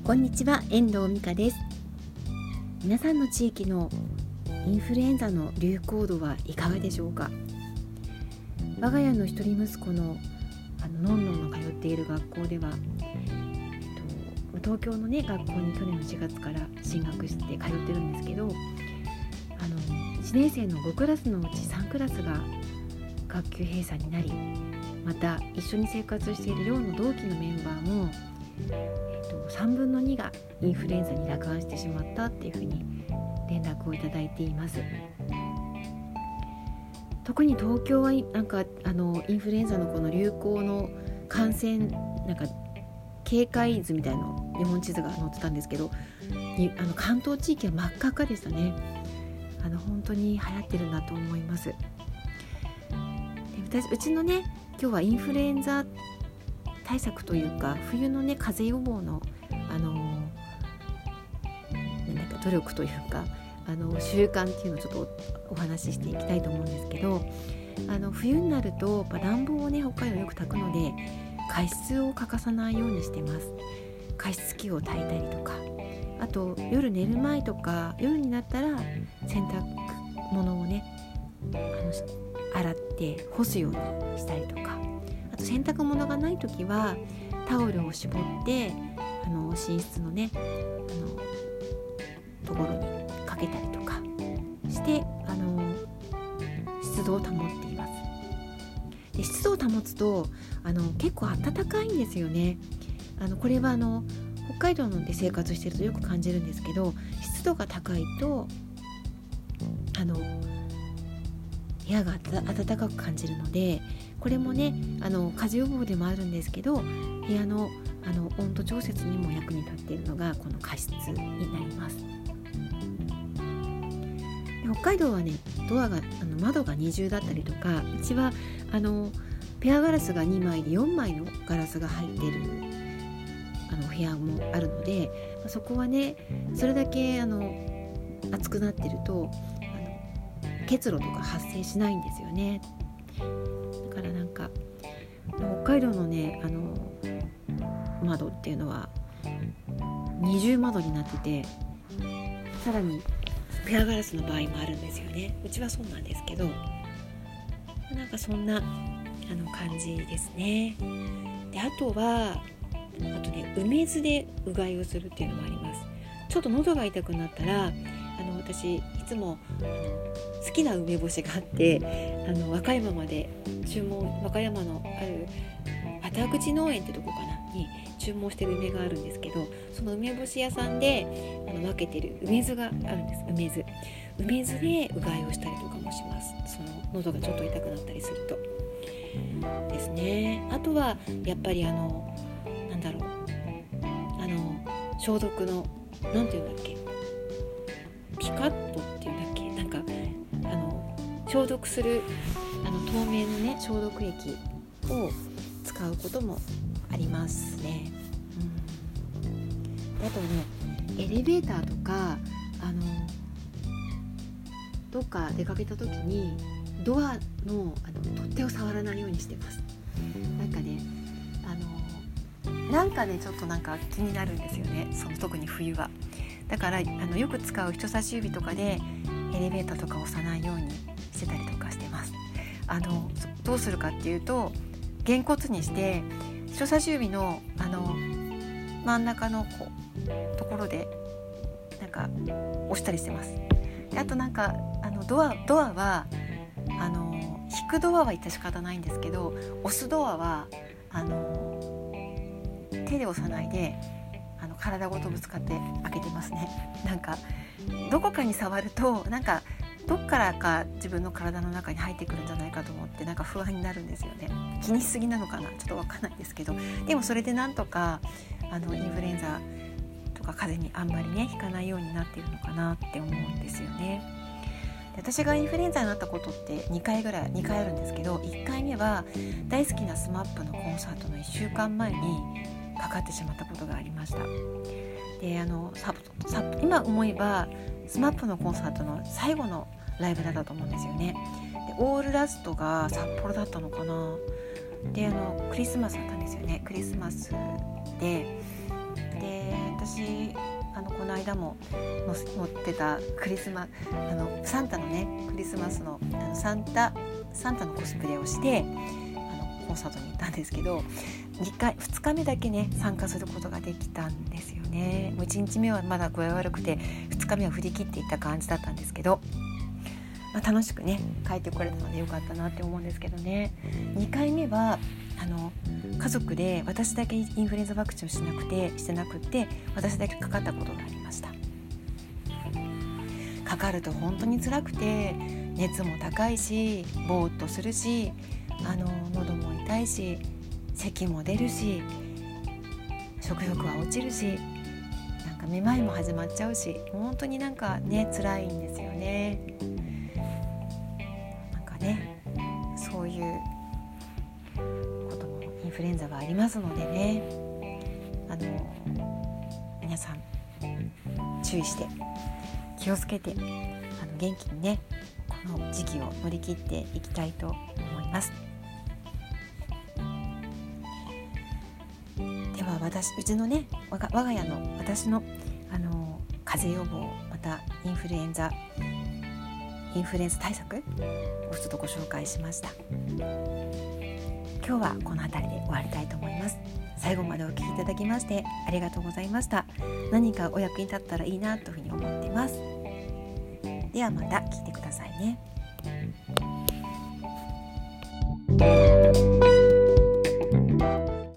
こんにちは、遠藤美香です。皆さんの地域のインフルエンザの流行度はいかがでしょうか。我が家の一人息子ののんのんの通っている学校では、東京の学校に去年の4月から進学して通ってるんですけど、1年生の5クラスのうち3クラスが学級閉鎖になり、また一緒に生活している寮の同期のメンバーも3分の2がインフルエンザに罹患してしまったっていうふうに連絡をいただいています。特に東京はインフルエンザのこの流行の感染警戒図みたいな日本地図が載ってたんですけど、関東地域は真っ赤っかでしたね。本当に流行ってるなと思います。でうちの今日はインフルエンザ対策というか、冬の風邪予防の努力というか習慣っていうのをちょっとお話ししていきたいと思うんですけど、冬になると暖房を北海道よく炊くので加湿を欠かさないようにしてます。加湿器を炊いたりとか、あと夜寝る前とか夜になったら洗濯物を洗って干すようにしたりとか、あと洗濯物がないときはタオルを絞って寝室のところにかけたりとかして湿度を保っています。で湿度を保つと結構暖かいんですよね。これは北海道で生活しているとよく感じるんですけど、湿度が高いと部屋が暖かく感じるので、これも風邪予防でもあるんですけど、部屋の温度調節にも役に立っているのがこの加湿になります。北海道はドアが窓が二重だったりとか、うちはペアガラスが2枚で4枚のガラスが入っている部屋もあるので、そこはそれだけ暑くなってると結露とか発生しないんですよね。だから北海道の窓っていうのは二重窓になってて、さらにペアガラスの場合もあるんですよね。うちはそうなんですけど、そんな感じですね。であと梅酢でうがいをするっていうのもあります。ちょっと喉が痛くなったら私いつも好きな梅干しがあって、和歌山のある畑口農園ってとこかなに注文してる梅があるんですけど、その梅干し屋さんで分けてる梅酢があるんです。梅酢でうがいをしたりとかもします。その喉がちょっと痛くなったりするとですね。あとはやっぱり消毒のなんていうんだっけ、ピカットっていうんだっけ、消毒する透明の消毒液を使うこともありますね。あとエレベーターとかどっか出かけた時にドアの取っ手を触らないようにしてます。ちょっと気になるんですよね。特に冬は。だからよく使う人差し指とかでエレベーターとか押さないようにしてたりとかしてます。どうするかっていうと、げんこつにして人差し指の真ん中のところで押したりしてます。であとドアは引くドアは致し方ないんですけど、押すドアは手で押さないで体ごとぶつかって開けてますね。どこかに触るとどっからか自分の体の中に入ってくるんじゃないかと思って不安になるんですよね。気にしすぎなのかな、ちょっと分かんないですけど、でもそれでなんとかインフルエンザとか風邪にあんまりひかないようになっているのかなって思うんですよね。で私がインフルエンザになったことって2回あるんですけど、1回目は大好きなSMAPのコンサートの1週間前にかかってしまったことがありました。で今思えばSMAPのコンサートの最後のライブだったと思うんですよね。でオールラストが札幌だったのかな。でクリスマスだったんですよね。クリスマスで私この間も乗ってたサンタのねクリスマスのサンタのコスプレをしてコンサートに行ったんですけど、2日目だけね参加することができたんですよね。もう1日目はまだ具合悪くて2日目は振り切っていった感じだったんですけど、楽しくね帰ってこれたのでよかったなって思うんですけどね。2回目は家族で私だけインフルエンザワクチンをしてなくて私だけかかったことがありました。かかると本当に辛くて、熱も高いしぼーっとするし喉も痛いし咳も出るし食欲は落ちるし、なんかめまいも始まっちゃうし、本当になんかね辛いんですよね。なんかねそういうこともインフルエンザがありますのでね、皆さん注意して気をつけて元気にねこの時期を乗り切っていきたいと思います。ではうちのね我が家の私の風邪予防またインフルエンザ対策をちょっとご紹介しました。今日はこの辺りで終わりたいと思います。最後までお聞きいただきましてありがとうございました。何かお役に立ったらいいなというふうに思っています。ではまた聞いてくださいね。